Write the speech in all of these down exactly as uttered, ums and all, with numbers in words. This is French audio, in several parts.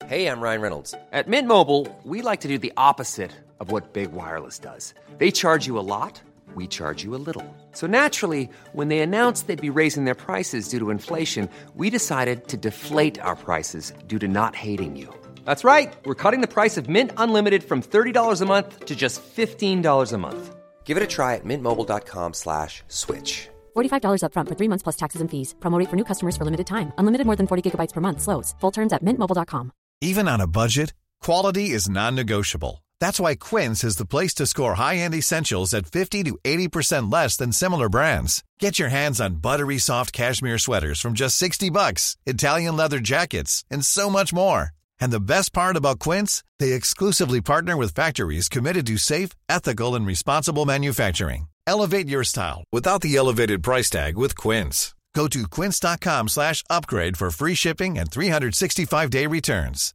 Hey, I'm Ryan Reynolds. At Mint Mobile, we like to do the opposite of what Big Wireless does. They charge you a lot, we charge you a little. So naturally, when they announced they'd be raising their prices due to inflation, we decided to deflate our prices due to not hating you. That's right. We're cutting the price of Mint Unlimited from thirty dollars a month to just fifteen dollars a month. Give it a try at mintmobile.com slash switch. forty-five dollars up front for three months plus taxes and fees. Promo rate for new customers for limited time. Unlimited more than forty gigabytes per month. Slows full terms at mint mobile dot com. Even on a budget, quality is non-negotiable. That's why Quince is the place to score high-end essentials at fifty to eighty percent less than similar brands. Get your hands on buttery soft cashmere sweaters from just sixty bucks, Italian leather jackets, and so much more. And the best part about Quince, they exclusively partner with factories committed to safe, ethical, and responsible manufacturing. Elevate your style without the elevated price tag with Quince. Go to quince.com slash upgrade for free shipping and three sixty-five day returns.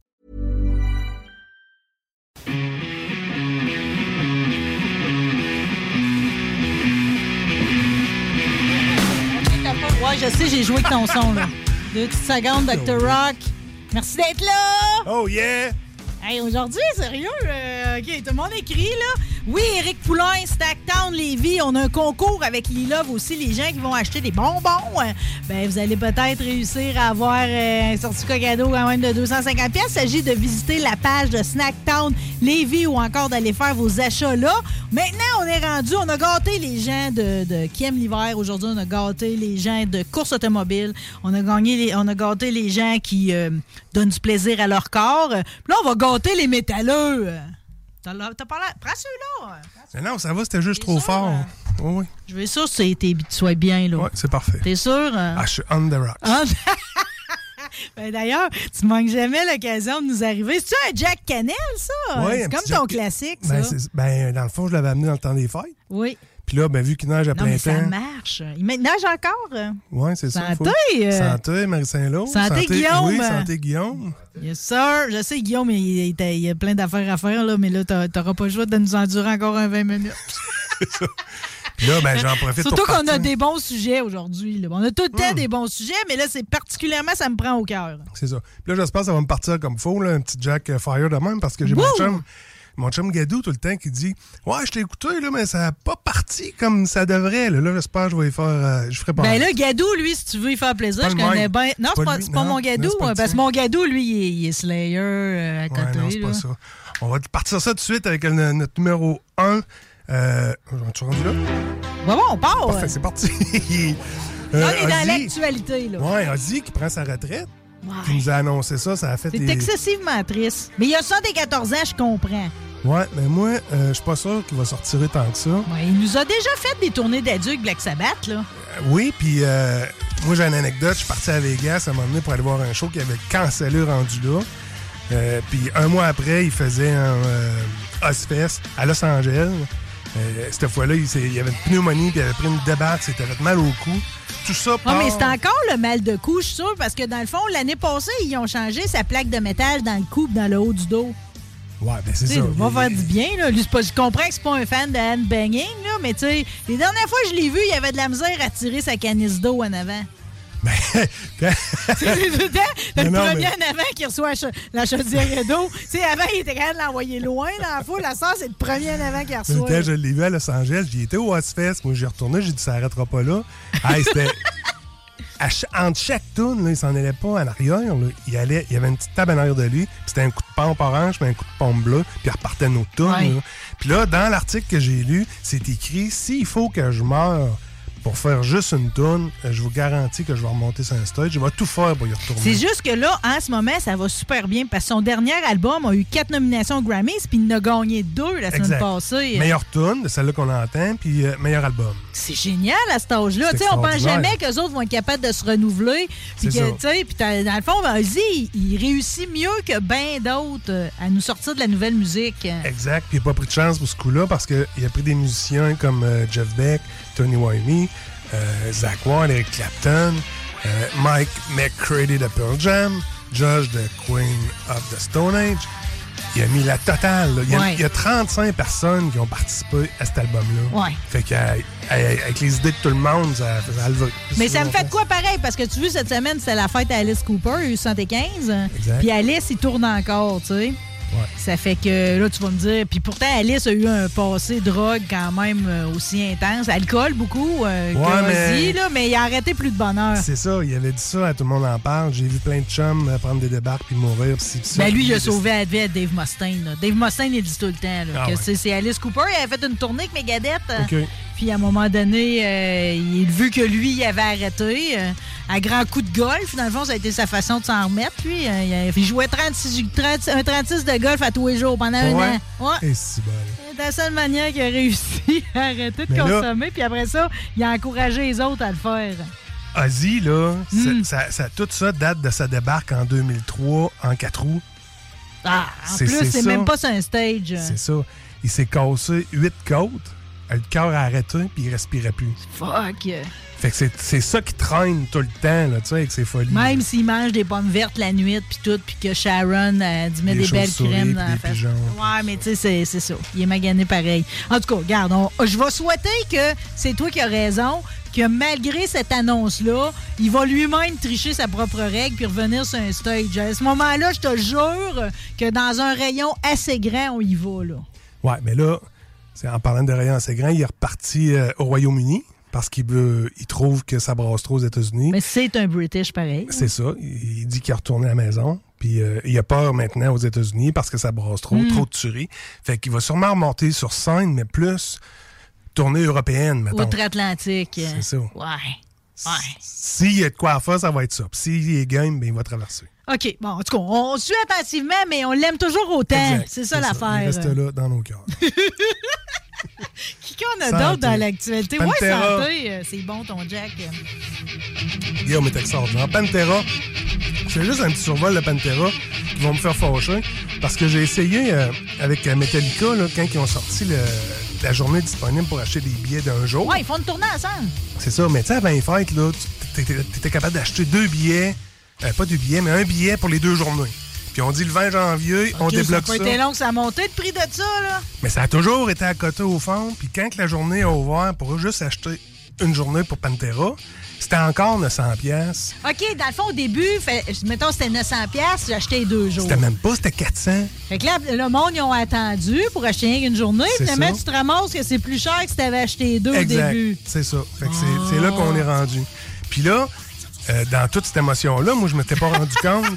Ouais, je sais, j'ai joué avec ton son, là. Deux petites secondes, docteur Rock. Merci d'être là! Oh yeah! Hey, aujourd'hui, sérieux, euh, OK, tout le monde écrit, là. Oui, Éric Poulain, Stacktown, Lévis, on a un concours avec Lilove aussi. Les gens qui vont acheter des bonbons, euh, ben vous allez peut-être réussir à avoir euh, un certificat cadeau quand même de deux cent cinquante dollars. Il s'agit de visiter la page de Snacktown Lévis ou encore d'aller faire vos achats là. Maintenant, on est rendu, on a gâté les gens de, de qui aiment l'hiver. Aujourd'hui, on a gâté les gens de course automobile. On a gagné, les, on a gâté les gens qui euh, donnent du plaisir à leur corps. Puis là, on va gâter les métalleux. T'as, t'as parlé... Prends ceux-là. Mais non, ça va, c'était juste T'es trop sûr, fort. hein? Oui, oui. Je veux sûr que tu sois bien, là. Oui, c'est parfait. T'es sûr? Hein? Ah, je suis on the rocks. On... ben, d'ailleurs, tu manques jamais l'occasion de nous arriver. C'est-tu un Jack Canel, ça? Oui, c'est comme ton Jack... classique, ben, ça. c'est... ben, dans le fond, je l'avais amené dans le temps des fêtes. Oui. Puis là, ben, vu qu'il neige à non, plein mais temps... ça marche. Il neige encore? Oui, c'est ça. Santé! Faut... Euh... Santé, Marie-Saint-Lô. Santé, santé, Guillaume! Oui, santé, Guillaume. Yes, sir. Je sais, Guillaume, il, il, il y a plein d'affaires à faire, là, mais là, t'auras pas le choix de nous endurer encore un vingt minutes. C'est ça. Puis là, ben, j'en profite Surtout pour qu'on partir. a des bons sujets aujourd'hui. Là. On a tout le temps mmh. des bons sujets, mais là, c'est particulièrement, ça me prend au cœur. C'est ça. Puis là, j'espère que ça va me partir comme faux, là, un petit Jack Fire de même, parce que j'ai Woo! mon chum... Mon chum Gadou, tout le temps, qui dit « Ouais, je t'ai écouté, là, mais ça n'a pas parti comme ça devrait. » Là, là j'espère que je vais y faire... Euh, je ferai pas... Ben là, Gadou, lui, si tu veux y faire plaisir, je connais bien... Non, c'est pas, c'est pas mon Gadou, non, pas parce que mon Gadou, lui, il est, il est Slayer euh, à côté. Ouais, non, c'est là. pas ça. On va partir ça tout de suite avec le, notre numéro un. Euh... Tu es rendu là? Ouais, ouais, on part. Parfait, c'est parti. euh, on est dans Ozzy, l'actualité, là. Ouais, Ozzy qui prend sa retraite. Ouais. Qui nous a annoncé ça, ça a fait... C'est des... excessivement triste. Mais il y a soixante-quatorze ans, je comprends. Ouais, mais moi, euh, je suis pas sûr qu'il va sortir tant que ça. Ouais, il nous a déjà fait des tournées d'adieu avec Black Sabbath, là. Euh, oui, puis euh, moi, j'ai une anecdote. Je suis parti à Vegas à un moment donné pour aller voir un show qui avait cancellé rendu là. Euh, puis un mois après, il faisait un euh, Ozfest à Los Angeles. Euh, cette fois-là, il, il y avait une pneumonie, puis il avait pris une débarque, s'était fait mal au cou. Tout ça part... Ouais, mais c'est encore le mal de cou, je suis sûr, parce que dans le fond, l'année passée, ils ont changé sa plaque de métal dans le cou dans le haut du dos. Ouais, ben c'est t'sais, ça. On va faire du bien, là. Lui, c'est pas, je comprends que c'est pas un fan de handbanging, là, mais tu sais, les dernières fois que je l'ai vu, il avait de la misère à tirer sa canisse d'eau en avant. Ben, quand... c'est tout le temps, le non, premier mais... en avant qui reçoit la, ch- la chaudière d'eau. Tu sais, avant, il était capable de l'envoyer loin dans la foule. La soeur, c'est le premier en avant qui reçoit. Quand je l'ai vu à Los Angeles, j'y étais au Ozfest. Moi, j'y retourné, j'ai dit, ça arrêtera pas là. Hey, c'était... Ch- entre chaque tourne, là, il s'en allait pas en arrière. Là. Il, allait, il y avait une petite table en arrière de lui. Puis c'était un coup de pompe orange, puis un coup de pompe bleu. Puis il repartait une autre tourne. Ouais. Là. Puis là, dans l'article que j'ai lu, c'est écrit, s'il faut que je meure pour faire juste une tourne, je vous garantis que je vais remonter sur un stage. Je vais tout faire pour y retourner. C'est juste que là, en ce moment, ça va super bien parce que son dernier album a eu quatre nominations aux Grammys puis il en a gagné deux la semaine exact. passée. Meilleure tourne, celle-là qu'on entend, puis euh, meilleur album. C'est génial à cet âge-là. C'est On pense extraordinaire. jamais qu'eux autres vont être capables de se renouveler. Puis C'est que, ça. puis dans le fond, Ozzy, il, il réussit mieux que bien d'autres euh, à nous sortir de la nouvelle musique. Exact. Puis il n'a pas pris de chance pour ce coup-là parce qu'il a pris des musiciens comme euh, Jeff Beck, Tony Iommi, euh, Zakk Wylde, Eric Clapton, euh, Mike McCready de Pearl Jam, Josh de Queen of the Stone Age. il a mis la totale. Là. Il, y a, ouais. il y a trente-cinq personnes qui ont participé à cet album-là. Ouais. Fait qu'avec les idées de tout le monde, ça, ça a levé. Mais ça me fait de quoi pareil? Parce que tu vois, cette semaine, c'était la fête à Alice Cooper, il a eu soixante-quinze. Exact. Puis Alice, il tourne encore, tu sais. Ouais. Ça fait que là, tu vas me dire. Puis pourtant, Alice a eu un passé drogue quand même euh, aussi intense. Alcool, beaucoup. Euh, ouais, mais... là, mais il a arrêté plus de bonheur. C'est ça, il avait dit ça, à tout le monde en parle. J'ai vu plein de chums euh, prendre des débarques puis mourir. Pis c'est, pis ça, ben lui, il a des... sauvé la vie à Dave Mustaine. Là. Dave Mustaine, il dit tout le temps là, ah, que ouais. c'est, c'est Alice Cooper. Il avait fait une tournée avec Megadeth. Okay. Puis à un moment donné, euh, il a vu que lui, il avait arrêté. Euh, à grand coup de golf. Dans le fond, ça a été sa façon de s'en remettre. Lui, euh, il jouait trente-six, trente, un trente-six de golf à tous les jours pendant ouais. un an. Ouais. Et c'est bon. C'est la seule manière qu'il a réussi à arrêter de mais consommer. Là, puis après ça, il a encouragé les autres à le faire. Ozzy, là, mm. ça, ça, tout ça date de sa débarque en deux mille trois en quatre roues. Ah, en c'est, plus, c'est, c'est même pas sur un stage. C'est ça. Il s'est cassé huit côtes. Le cœur a arrêté, puis il respirait plus. Fuck. Fait que c'est, c'est ça qui traîne tout le temps, là, tu sais, avec ses folies. Même là. s'il mange des pommes vertes la nuit, puis tout, puis que Sharon euh, dit met des, des belles crèmes dans la face. Pigeons. Ouais, mais tu sais, c'est, c'est ça. Il est magané pareil. En tout cas, regarde, on, je vais souhaiter que c'est toi qui as raison, que malgré cette annonce-là, il va lui-même tricher sa propre règle puis revenir sur un stage. À ce moment-là, je te jure que dans un rayon assez grand, on y va, là. Ouais, mais là, c'est, en parlant de rayon assez grand, il est reparti euh, au Royaume-Uni. Parce qu'il veut, il trouve que ça brasse trop aux États-Unis. Mais c'est un British pareil. C'est ça. Il, il dit qu'il est retourné à la maison. Puis euh, il a peur maintenant aux États-Unis parce que ça brasse trop, mm. trop de tueries. Fait qu'il va sûrement remonter sur scène, mais plus tournée européenne, mettons. Outre-Atlantique. C'est ça. Ouais. Ouais. S'il y a de quoi à faire, ça va être ça. Puis s'il est game, bien, il va traverser. OK. Bon, en tout cas, on suit attentivement, mais on l'aime toujours autant. Exact. C'est ça c'est l'affaire. Ça. Il reste là dans nos cœurs. Qui qu'on a santé. D'autres dans l'actualité? Pantera. Ouais, santé. C'est bon, ton Jack. Guillaume est extraordinaire. Pantera, c'est juste un petit survol de Pantera qui vont me faire fâcher. Parce que j'ai essayé euh, avec Metallica, là, quand ils ont sorti le, la journée disponible pour acheter des billets d'un jour. Ouais, ils font une tournée ensemble. C'est ça. Mais tu sais, avant les fêtes, là, tu étais capable d'acheter deux billets. Euh, pas deux billets, mais un billet pour les deux journées. Puis on dit le vingt janvier, okay, on débloque ça. Ça a pas été long que ça a monté le prix de ça, là. Mais ça a toujours été à côté au fond. Puis quand la journée a ouvert pour juste acheter une journée pour Pantera, c'était encore neuf cents piastres. OK, dans le fond, au début, fait, mettons, c'était neuf cents piastres, j'ai acheté deux jours. C'était même pas, c'était quatre cents. Fait que là, le monde, ils ont attendu pour acheter rien qu'une journée. Finalement, tu te ramasses que c'est plus cher que si tu avais acheté deux exact. Au début. C'est ça. Fait que oh. c'est, c'est là qu'on est rendu. Puis là, euh, dans toute cette émotion-là, moi, je m'étais pas rendu compte...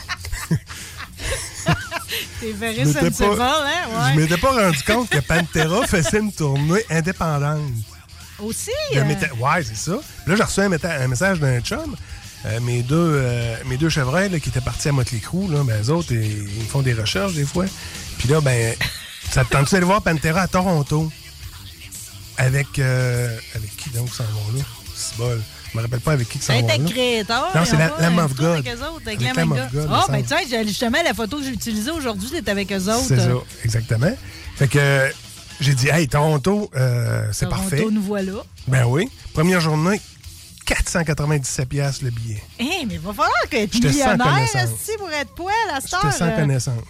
C'est very sensible, hein? Ouais. Je m'étais pas rendu compte que Pantera faisait une tournée indépendante. Aussi? Euh... Méta... Ouais, c'est ça. Puis là, j'ai reçu un, méta... un message d'un chum. Euh, mes, deux, euh, mes deux chevreuils là, qui étaient partis à Motley Crue, là, ben, eux autres, ils, ils font des recherches des fois. Puis là, ben, ça te tente d'aller voir Pantera à Toronto. Avec. Euh... Avec qui donc s'en vont là? C'est bol. Je me rappelle pas avec qui que ça va. Avec Créateur. Non, c'est la, la Lamb of God. Avec eux autres, avec, avec Lamb of God. Ah, oh, ben tiens, justement, la photo que j'ai utilisée aujourd'hui, c'était avec eux autres. C'est ça, exactement. Fait que euh, j'ai dit, hey, Toronto, euh, c'est Toronto, parfait. Toronto, nous voilà. Ben oui. Première journée, quatre cent quatre-vingt-dix-sept piastres le billet. Hé, hey, mais il va falloir que tu es millionnaire ici pour être poil à cette heure. J'étais sans connaissance.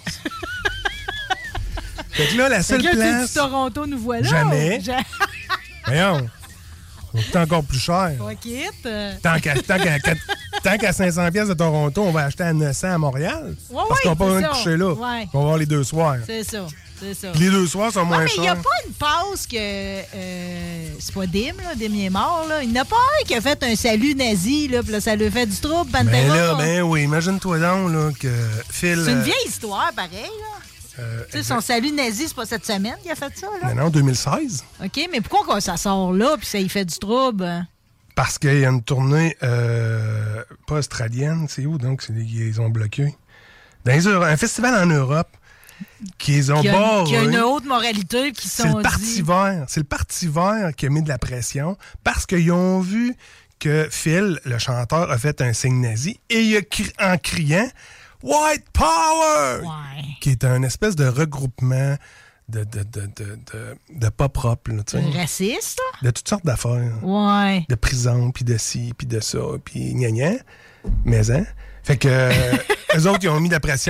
Fait que là, la seule fait que là, place... Tu dis Toronto, nous voilà. Jamais. Ja... Voyons. C'est encore plus cher. Pas quitte. Tant qu'à, tant, qu'à, tant qu'à cinq cents piastres de Toronto, on va acheter à neuf cents à Montréal. Ouais, parce qu'on n'a pas besoin de coucher là. Ouais. On va voir les deux soirs. C'est ça. C'est ça. Puis les deux soirs sont moins ah, mais chers. il n'y a pas une passe que... Euh, c'est pas Dim, là. Dim il est mort, là. Il n'y en a pas un qui a fait un salut nazi, là. Puis là, ça lui fait du trouble, Pantera. Ben là, ben oui. Imagine-toi donc, là, que Phil... C'est une vieille histoire, pareil, là. Euh, tu sais, son salut nazi, c'est pas cette semaine qu'il a fait ça, là? Non, non, deux mille seize. OK, mais pourquoi ça sort là puis ça y fait du trouble? Parce qu'il y a une tournée, euh, pas australienne, c'est où donc ils ont bloqué? Dans les, un festival en Europe qu'ils ont barré. Qui a une haute moralité qui sont C'est le Parti dit... vert. C'est le Parti vert qui a mis de la pression parce qu'ils ont vu que Phil, le chanteur, a fait un signe nazi et il a cri- en criant White Power! Ouais. Qui est un espèce de regroupement de, de, de, de, de, de pas propre. Là, raciste? De toutes sortes d'affaires. Ouais. De prison, puis de ci, puis de ça, puis gna gna. Mais, hein? Fait que euh, eux autres, ils ont mis de la pression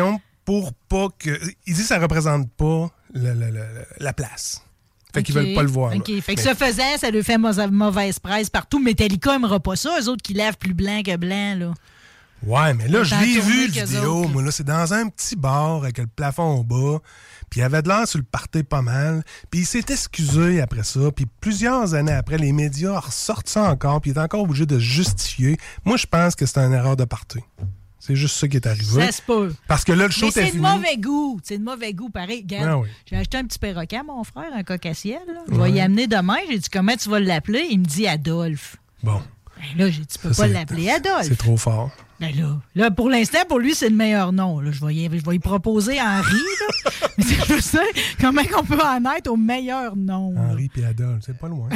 pour pas que... Ils disent que ça représente pas le, le, le, la place. Fait qu'ils OK. veulent pas le voir. OK. Là. Fait que Mais- ce faisant, ça lui fait mauvaise, mauvaise presse partout. Metallica n'aimera pas ça. Eux autres qui lèvent plus blanc que blanc, là. Ouais, mais là, je Autant l'ai tourné vu, le qu'eux vidéo. autres. Moi, là, c'est dans un petit bar avec le plafond au bas. Puis il avait de l'air sur le party pas mal. Puis il s'est excusé après ça. Puis plusieurs années après, les médias ressortent ça encore. Puis il est encore obligé de se justifier. Moi, je pense que c'est une erreur de party. C'est juste ça qui est arrivé. Ça se peut. Parce que là, le show Mais était c'est de fini. mauvais goût. C'est de mauvais goût, pareil. Regarde, Ah oui. j'ai acheté un petit perroquet à mon frère, un coq-à-ciel. là. Je vais y amener demain. J'ai dit, comment tu vas l'appeler? Il me dit Adolphe. Bon. Ben là, j'ai dit, tu peux Ça, pas c'est- l'appeler Adolphe. C'est trop fort. Ben là, là, pour l'instant, pour lui, c'est le meilleur nom. Là. Je, vais y, je vais y proposer Henri. Là. Mais c'est juste ça. Comment on peut en être au meilleur nom? là? Henri et Adolphe, c'est pas loin.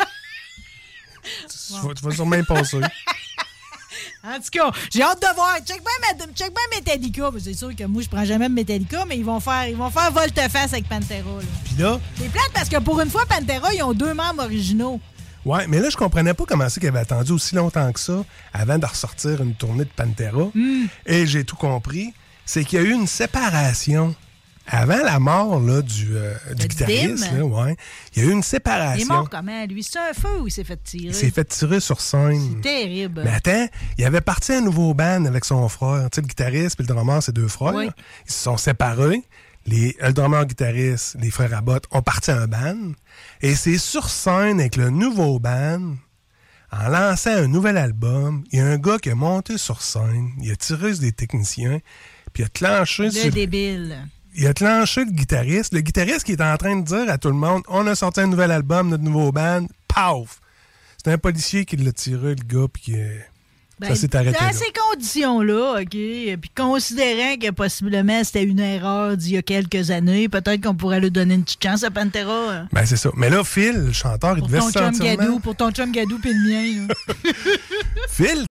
tu, vas, tu vas sûrement y passer. En tout cas, j'ai hâte de voir. Check bien, check bien Metallica. C'est sûr que moi, je prends jamais de Metallica, mais ils vont faire, ils vont faire volte-face avec Pantera. là. Puis là, C'est plate parce que pour une fois, Pantera, ils ont deux membres originaux. ouais, mais là, je comprenais pas comment c'est qu'ils avaient attendu aussi longtemps que ça avant de ressortir une tournée de Pantera. Mm. Et j'ai tout compris. C'est qu'il y a eu une séparation. Avant la mort là, du, euh, du Le guitariste, Dim. là, ouais, il y a eu une Il est séparation. mort comment, lui? C'est un feu ou il s'est fait tirer? Il s'est fait tirer sur scène. Terrible. Mais attends, il avait parti un nouveau band avec son frère. Tu sais, le guitariste et le drummer, c'est deux frères. Oui. Ils se sont séparés. Les, le drummer guitariste, les frères Abbott, ont parti un band. Et c'est sur scène avec le nouveau band, en lançant un nouvel album, il y a un gars qui est monté sur scène, il a tiré sur des techniciens, puis il a clenché Le sur... débile. Il a clenché le guitariste. Le guitariste qui est en train de dire à tout le monde, on a sorti un nouvel album, notre nouveau band, paf! C'est un policier qui l'a tiré, le gars, puis euh, Ben, ça s'est arrêté dans là. ces conditions-là, OK, puis considérant que possiblement c'était une erreur d'il y a quelques années, peut-être qu'on pourrait lui donner une petite chance à Pantera. hein. Ben, c'est ça. Mais là, Phil, le chanteur, il Pour devait ton se chum sentir Gadou, mal. pour ton chum Gadou puis le mien. là. Phil,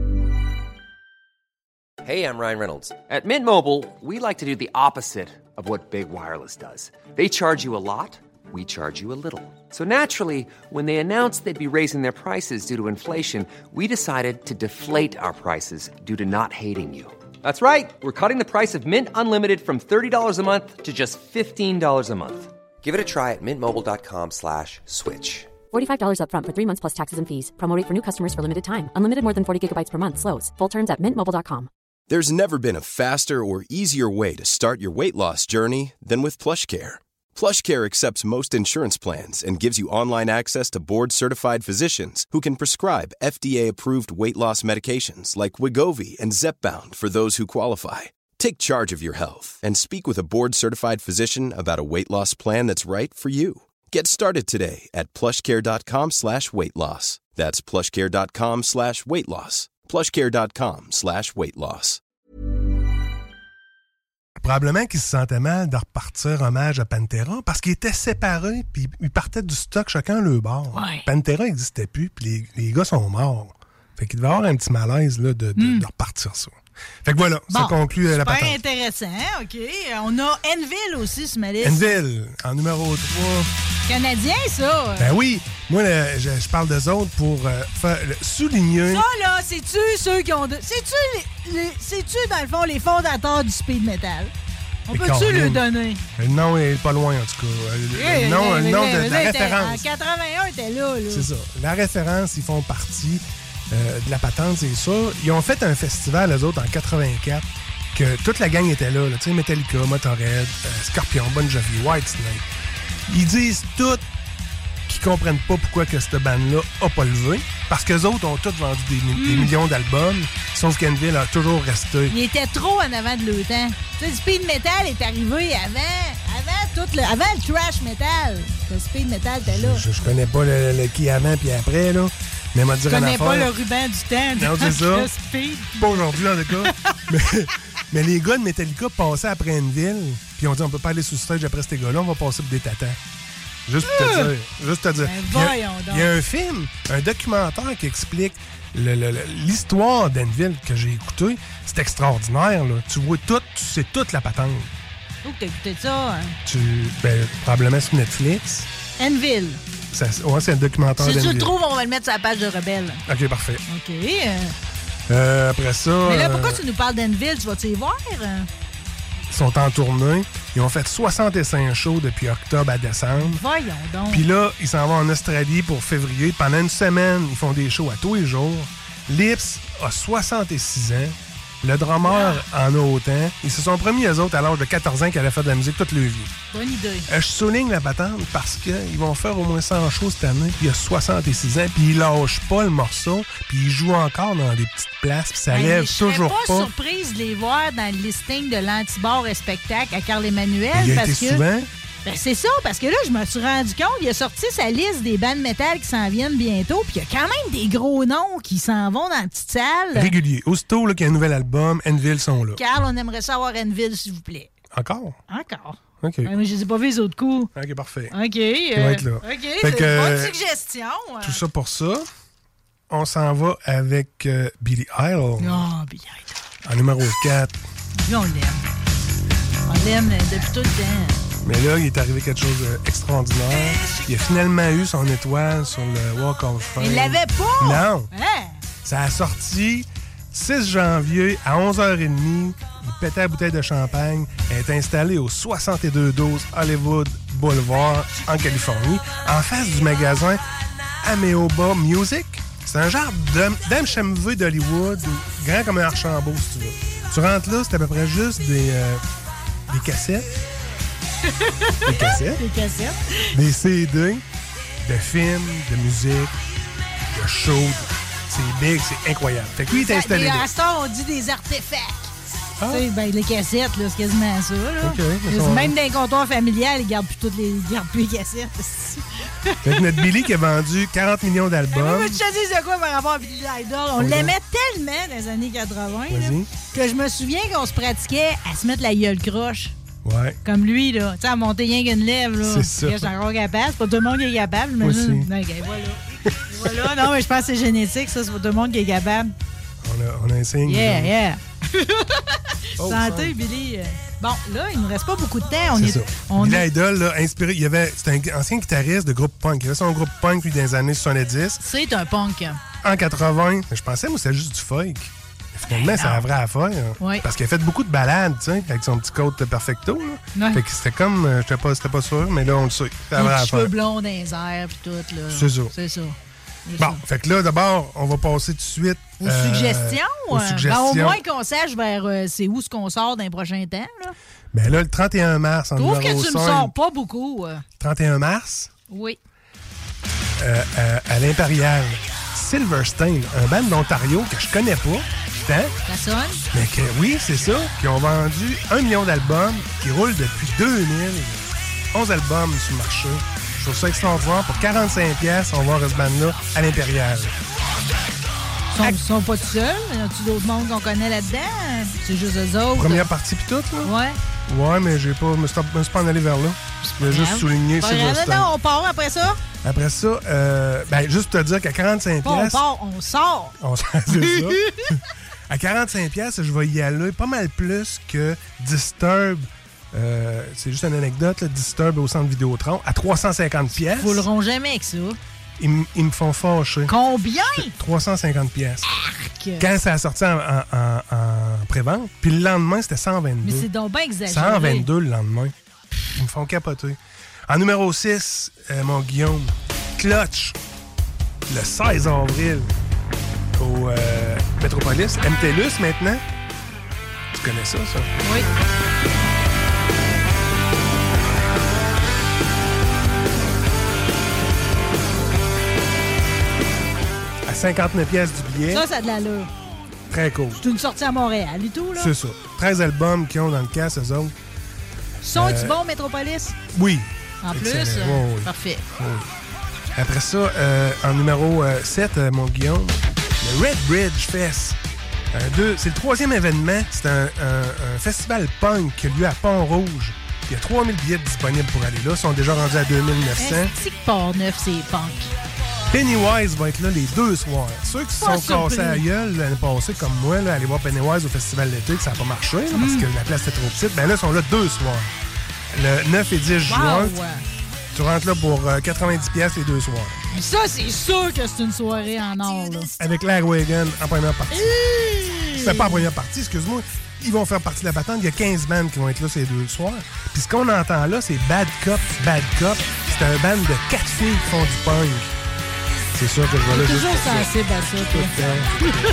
Hey, I'm Ryan Reynolds. At Mint Mobile, we like to do the opposite of what Big Wireless does. They charge you a lot, we charge you a little. So naturally, when they announced they'd be raising their prices due to inflation, we decided to deflate our prices due to not hating you. That's right. We're cutting the price of Mint Unlimited from thirty dollars a month to just fifteen dollars a month. Give it a try at mintmobile.com slash switch. forty-five dollars upfront for three months plus taxes and fees. Promo rate for new customers for limited time. Unlimited more than forty gigabytes per month. Slows full terms at mint mobile dot com. There's never been a faster or easier way to start your weight loss journey than with PlushCare. PlushCare accepts most insurance plans and gives you online access to board-certified physicians who can prescribe F D A-approved weight loss medications like Wegovy and Zepbound for those who qualify. Take charge of your health and speak with a board-certified physician about a weight loss plan that's right for you. Get started today at plushcare.com slash weight loss. That's plushcare.com slash weight loss. plushcare.com slash weight loss. probablement qu'il se sentait mal de repartir hommage à Pantera parce qu'ils étaient séparés puis ils partaient du stock chacun leur bord. Ouais. Pantera n'existait plus puis les, les gars sont morts. Fait qu'il devait y avoir un petit malaise là, de, de, Mm. de repartir ça. Fait que voilà, Bon, ça conclut euh, la super patente. intéressant, OK. On a Enville aussi sur ma liste. Enville, en numéro trois. Canadien, ça. Ben oui, moi, le- je, je parle d'eux autres pour euh, faire, le- souligner... Ça, là, c'est-tu ceux qui ont... De... C'est-tu, les- les- c'est-tu, dans le fond, les fondateurs du speed metal? On Mais peut-tu Caroline, le donner? Le nom est pas loin, en tout cas. Le, le nom, le nom de, de la référence. En quatre-vingt-un, t'es là, là. C'est ça. La référence, ils font partie euh, de la patente, c'est ça. Ils ont fait un festival, eux autres, en quatre-vingt-quatre, que toute la gang était là. là. Tu sais, Metallica, Motorhead, euh, Scorpion, Bon Jovi, Whitesnake. Ils disent tous qu'ils comprennent pas pourquoi que cette bande-là a pas levé. Parce qu'eux autres ont tous vendu des, mi- des millions d'albums. Sauf qu'Enville a toujours resté. Il était trop en avant de le temps. Tu sais, le speed metal est arrivé avant, avant tout le, avant le thrash metal. Le speed metal était là. Je, je connais pas le, le qui avant puis après, là. Mais m'a dit Je une connais affaire. pas le ruban du temps. Non, dans c'est ça. le speed. Pas aujourd'hui, en tout cas. mais, mais les gars de Metallica passaient après Enville, puis ils ont dit on peut pas aller sous stage après ces gars-là, on va passer pour des tatans. Juste pour te dire. Juste pour te dire. Ben, Il y a- voyons donc. Il y a un film, un documentaire qui explique le- le- le- l'histoire d'Enville que j'ai écouté. C'est extraordinaire, là. Tu vois tout, tu sais toute la patente. Où que t'as écouté ça? Hein? Tu, ben, probablement sur Netflix. Enville. Ça, ouais, c'est un documentaire Si tu d'Enville. le trouves, on va le mettre sur la page de Rebelle. OK, parfait. OK. euh, Euh, après ça... Mais là, euh, pourquoi tu nous parles d'Enville? Tu vas-tu y voir? sont en tournée. Ils ont fait soixante-cinq shows depuis octobre à décembre. Voyons donc. Puis là, ils s'en vont en Australie pour février. Pendant une semaine, ils font des shows à tous les jours. Lips a soixante-six ans. Le drummer en a autant. Ils se sont promis, eux autres, à l'âge de quatorze ans, qu'ils allaient faire de la musique toute leur vie. Bonne idée. Euh, je souligne la patente parce qu'ils vont faire au moins cent shows cette année. Puis il a soixante-six ans. Puis ils lâchent pas le morceau. Puis ils jouent encore dans des petites places. Puis ça Ben, lève je serais toujours pas. pas. Je surprise de les voir dans le listing de l'Antibar et spectacle à Carl-Emmanuel. Il a parce été que... souvent. Ben c'est ça, parce que là, je me suis rendu compte, il a sorti sa liste des bandes métal qui s'en viennent bientôt, puis il y a quand même des gros noms qui s'en vont dans la petite salle. Régulier. Aussitôt là, qu'il y a un nouvel album, Enville sont là. Carl, on aimerait savoir Enville, s'il vous plaît. Encore? Encore. OK. Ouais, mais je les ai pas vus les autres coups. OK, parfait. OK. Il euh, va être là. OK, Fait c'est que, une bonne euh, suggestion. Tout ça pour ça. On s'en va avec euh, Billy Idol Oh, Billy Idol. en numéro quatre. Lui, on l'aime. On l'aime euh, depuis tout le temps. Mais là, il est arrivé quelque chose d'extraordinaire. Il a finalement eu son étoile sur le Walk of Fame. Il l'avait pas! Non! Hein? Ça a sorti six janvier à onze heures trente. Il pétait la bouteille de champagne. Elle est installée au soixante-deux douze Hollywood Boulevard en Californie, en face du magasin Ameoba Music. C'est un genre d'M H M V d'Hollywood, grand comme un Archambault, si tu veux. Tu rentres là, c'est à peu près juste des, euh, des cassettes. Des cassettes. Des cassettes. Des C D de films, de musique, de shows. C'est big, c'est incroyable. Fait que lui, il est installé Des là. rastants, on dit des artefacts. Ah. Tu sais, ben, les cassettes, là, c'est quasiment ça. Là. OK, mais C'est ça- même dans les comptoirs familiales, ils gardent plus toutes les, ils gardent plus les cassettes. Fait que notre Billy qui a vendu quarante millions Mais moi, d'albums. tu te dis de quoi par rapport à Billy Idol? On Oui. l'aimait tellement dans les années quatre-vingt là, Vas-y. que je me souviens qu'on se pratiquait à se mettre la gueule croche. Ouais. Comme lui, là. Tu sais, à monter rien qu'une lèvre, là. C'est ça. Je suis encore capable. C'est pas tout le monde qui est capable, Moi aussi. j'imagine. Non, OK, voilà. Voilà. Non, mais je pense que c'est génétique, ça. C'est pas tout le monde qui est capable. On a, on a un signe. Yeah, yeah. Oh, Santé, fun. Billy. Bon, là, il nous reste pas beaucoup de temps. On C'est est, ça. on Billy est- Idol, là, inspiré. Il y avait. C'était un ancien guitariste de groupe punk. Il avait son groupe punk, lui, dans les années soixante-dix. C'est un punk. En quatre-vingts, je pensais, moi, c'était juste du folk. Finalement, c'est la vraie affaire. Oui. Parce qu'il a fait beaucoup de balades, tu sais, avec son petit coat de perfecto. Là. Ouais. Fait que c'était comme. euh, J'étais pas, c'était pas sûr, mais là, on le sait. C'est la vraie Les cheveux affaire. blonds dans les airs, puis tout, là. C'est ça. C'est ça. C'est Bon, ça. fait que là, d'abord, on va passer tout de suite. Aux euh, suggestions. Aux euh, ben, suggestions. au moins qu'on sache vers euh, c'est où ce qu'on sort dans les prochains temps. Là. Ben là, le trente et un mars, en Je trouve numéro que tu me cinq. sors pas beaucoup. euh. trente et un mars, Oui. euh, euh, à l'Impérial, Silverstein, un band d'Ontario que je connais pas, putain, Ça sonne? mais que, oui, c'est ça, qui ont vendu un million d'albums, qui roulent depuis deux mille, onze albums sur le marché. Je trouve ça extraordinaire. Pour quarante-cinq piastres, on va voir ce band-là à l'Impérial. Ils sont, ils sont pas tout seuls. Y a-tu d'autres mondes qu'on connaît là-dedans? C'est juste eux autres. Première partie pis tout, là? Ouais. Ouais, mais j'ai pas, me suis me suis pas en allé vers là. Je voulais juste grave. souligner Pas grave. Silverstein. Non, on part après ça. Après ça, euh, ben, juste te dire qu'à quarante-cinq Pas on piastres... part, on sort. On c'est ça. À quarante-cinq piastres, je vais y aller pas mal plus que Disturb. Euh, c'est juste une anecdote, là, Disturb au centre Vidéotron. À trois cent cinquante piastres, Vous rouleront jamais avec ça. ils, m- ils me font fâcher. Combien? trois cent cinquante piastres. Que- Quand ça a sorti en, en, en, en pré-vente, puis le lendemain, c'était cent Mais vingt-deux. c'est donc bien exagéré. cent vingt-deux le lendemain. Ils me font capoter. En numéro six, euh, mon Guillaume, Clutch, le seize avril, au euh, Metropolis, M T L U S maintenant. Tu connais ça, ça? Oui. À cinquante-neuf piastres du billet. Ça, ça a de l'allure. Très cool. C'est une sortie à Montréal et tout, là. C'est ça. treize albums qu'ils ont dans le casque, eux autres. Sont-ils Euh, bons, Métropolis? Oui. En plus? Excellent. euh, Oui, oui. Parfait. Après ça, euh, en numéro euh, sept, euh, mon Guillaume, le Red Bridge Fest. Un deux- c'est le troisième événement. C'est un, un- un festival punk qui a lieu à Pont-Rouge. Il y a trois mille billets disponibles pour aller là. Ils sont déjà rendus à deux mille neuf cents. Est-ce que Port-Neuf, c'est punk? Pennywise va être là les deux soirs. Ceux qui se Pas sont cassés surpris. la gueule l'année passée, comme moi, là, aller voir Pennywise au festival d'été, que ça n'a pas marché là, parce que la place était trop petite, ben là, ils sont là deux soirs. Le neuf et dix juin, Wow! tu rentres là pour euh, quatre-vingt-dix piastres les deux soirs. Ça, c'est sûr que c'est une soirée en or, là. Avec l'Airwagon en première partie. Hey! Ben, pas en première partie, excuse-moi. Ils vont faire partie de la patente. Il y a quinze bands qui vont être là ces deux soirs. Puis ce qu'on entend là, c'est Bad Cop, Bad Cop. C'est un band de quatre filles qui font du punk. C'est sûr que je vais là. T'es toujours sensible à ça, toi.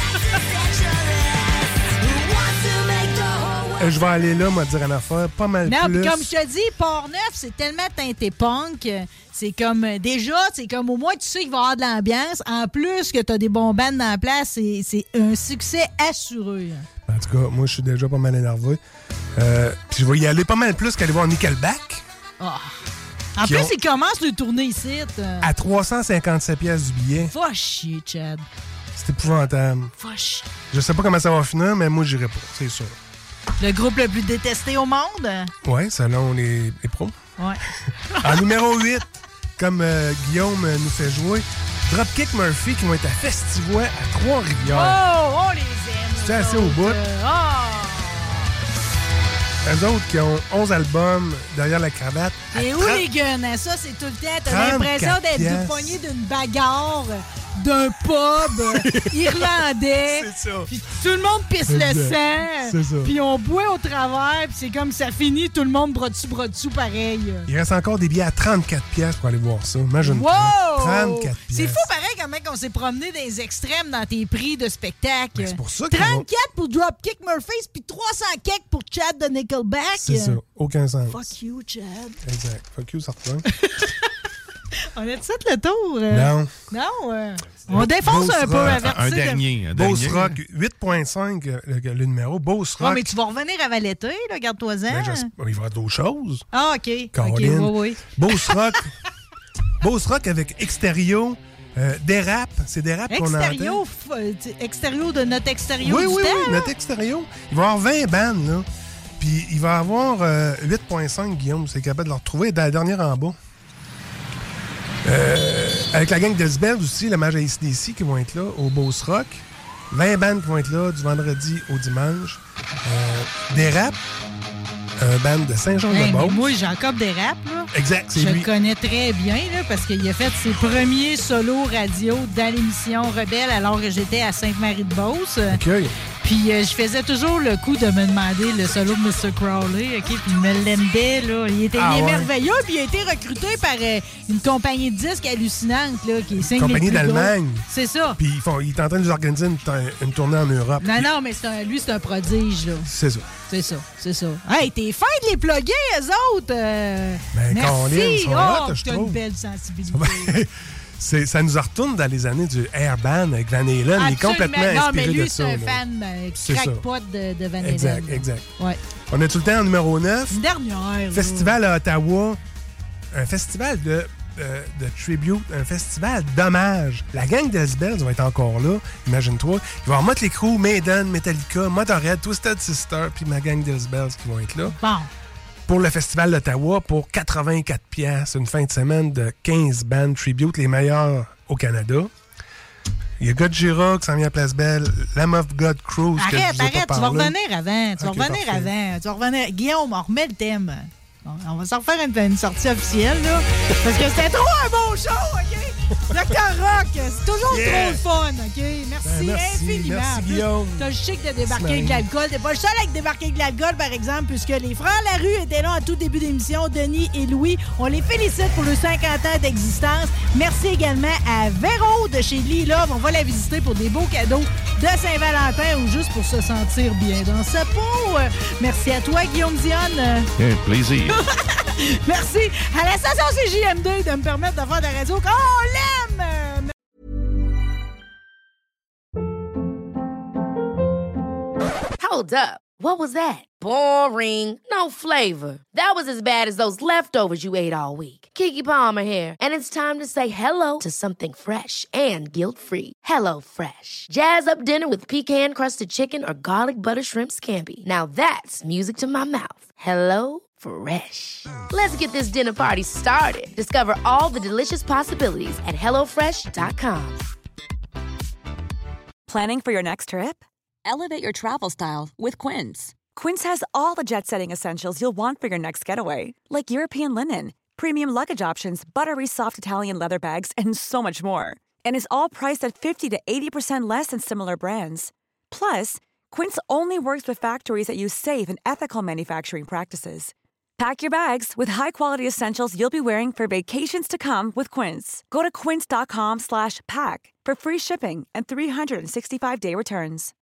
Euh, je vais aller là, moi, dire une affaire, pas mal non, plus. Non, puis comme je te dis, Port-Neuf, c'est tellement teinté punk. C'est comme, déjà, c'est comme au moins, tu sais qu'il va y avoir de l'ambiance. En plus que tu as des bons bands dans la place, c'est, c'est un succès assuré. En tout cas, moi, je suis déjà pas mal énervé. Euh, puis je vais y aller pas mal plus qu'aller voir Nickelback. Oh. En plus, ont... ils commencent le tournée ici. Euh... À trois cent cinquante-sept piastres du billet. Va chier, Chad. C'est épouvantable. Va chier. Je sais pas comment ça va finir, mais moi, j'irai pas, c'est sûr. Le groupe le plus détesté au monde? Oui, selon les, les pros. Ouais. En numéro huit, comme euh, Guillaume nous fait jouer, Dropkick Murphy qui vont être à Festivois à Trois-Rivières. Oh, on les aime. C'est assez au bout. Oh. Eux autres qui ont onze albums derrière la cravate. Et où les guns? Hein? Ça, c'est tout le temps. T'as l'impression d'être du poignet d'une bagarre, d'un pub irlandais. C'est ça. Puis tout le monde pisse le sang. C'est ça. Puis on boit au travers. Puis c'est comme ça finit, tout le monde bras dessus, bras dessous, pareil. Il reste encore des billets à trente-quatre piastres pour aller voir ça. Imagine. Wow! trente-quatre piastres. C'est fou, pareil, comment on s'est promené dans les extrêmes dans tes prix de spectacle. Ben, c'est pour ça que trente-quatre pour Dropkick Murphys, puis trois cents cakes pour Chad de Nickelback. C'est ça. Aucun sens. Fuck you, Chad. Exact. Fuck you, certain. On a fait le tour. Euh... Non. Non. Euh... On défonce Beauce un peu. Rock. Un dernier. Un Beauce dernier. Rock, huit virgule cinq, le, le numéro. Beauce Rock. Non, mais tu vas revenir à Valetté, là, garde-toi-en. Ben, il va y avoir d'autres choses. Ah, OK. Caroline. OK, oui, oui. Beauce Rock. Beauce Rock avec Extérieur. Euh, des raps, c'est des raps qu'on entend. Extérieur, f- extérieur de notre extérieur oui, du oui, temps, oui, là? notre extérieur. Il va y avoir vingt bandes, là. Puis il va y avoir euh, huit virgule cinq, Guillaume, c'est capable de le retrouver, dans la dernière en bas. Euh, avec la gang d'Esbel aussi, le match à A C D C qui vont être là, au Beauce Rock. vingt bandes qui vont être là, du vendredi au dimanche. Euh, des raps. Un band de Saint-Jean-de-Beauce. Hey, moi, Jacob Desrapes, là. Exact, c'est je lui. le connais très bien, là, parce qu'il a fait ses premiers solos radio dans l'émission Rebelle alors que j'étais à Sainte-Marie-de-Beauce. OK. Puis euh, je faisais toujours le coup de me demander le solo de mister Crowley, OK? Puis il me l'aimait, là. Il était Ah, il est ouais. merveilleux, puis il a été recruté par euh, une compagnie de disques hallucinante, là, qui signe Compagnie les plus d'Allemagne. gros. C'est ça. Puis ils font, il est en train de nous organiser une, une tournée en Europe. Non, Puis, non, mais c'est un, lui, c'est un prodige, là. c'est ça. C'est ça, c'est ça. Hey, t'es fin de les plugger, eux autres! Euh... Ben, Merci! Colin, ils sont Oh, hot, je t'as une trouve. belle sensibilité. c'est, ça nous retourne dans les années du Air Band avec Van Halen. Il est Absolument. complètement Non, inspiré mais lui, de c'est ça. un là. fan euh, qui C'est craque ça. pas de, de Van Halen. Exact, exact. Ouais. On a tout le temps en numéro neuf. Une dernière. Festival à Ottawa. Un festival de, euh, de tribute, un festival d'hommage. La gang d'Elsbells va être encore là, imagine-toi. Il va y avoir Motley Crue, Maiden, Metallica, Motorhead, Twisted Sister, puis ma gang d'Elsbells qui vont être là. Bon. Pour le festival d'Ottawa, pour quatre-vingt-quatre piastres, une fin de semaine de quinze bandes tribute, les meilleurs au Canada. Il y a Godzilla qui s'en vient à Place Belle, Lamb of God Cruise. que je Arrête, vous ai pas arrête, tu vas parlé. revenir avant. Tu vas Ok, revenir parfait. avant. Tu vas revenir. Guillaume, on remet le thème. Bon, on va s'en refaire une, une sortie officielle, là. Parce que c'était trop un bon show, OK? docteur Rock, c'est toujours Yeah. trop le fun, OK? Merci, Ben, merci, infiniment. merci, En plus, Guillaume. t'as le chic de débarquer Merci, avec de l'alcool. T'es pas le seul avec débarquer avec de l'alcool, par exemple, puisque les frères Larue étaient là en tout début d'émission, Denis et Louis. On les félicite pour le cinquante ans d'existence. Merci également à Véro de chez Lee Love. On va la visiter pour des beaux cadeaux de Saint-Valentin ou juste pour se sentir bien dans sa peau. Euh, Merci à toi, Guillaume Dionne. Euh, Yeah, plaisir. Merci à la station C J M D de me permettre de faire de la radio quand on l'aime. Euh, Hold up. What was that? Boring. No flavor. That was as bad as those leftovers you ate all week. Keke Palmer here, and it's time to say hello to something fresh and guilt-free. Hello Fresh. Jazz up dinner with pecan-crusted chicken or garlic butter shrimp scampi. Now that's music to my mouth. Hello Fresh. Let's get this dinner party started. Discover all the delicious possibilities at hello fresh dot com. Planning for your next trip? Elevate your travel style with Quince. Quince has all the jet-setting essentials you'll want for your next getaway, like European linen, premium luggage options, buttery soft Italian leather bags, and so much more. And is all priced at fifty to eighty percent less than similar brands. Plus, Quince only works with factories that use safe and ethical manufacturing practices. Pack your bags with high-quality essentials you'll be wearing for vacations to come with Quince. Go to quince.com slash pack for free shipping and three sixty-five day returns.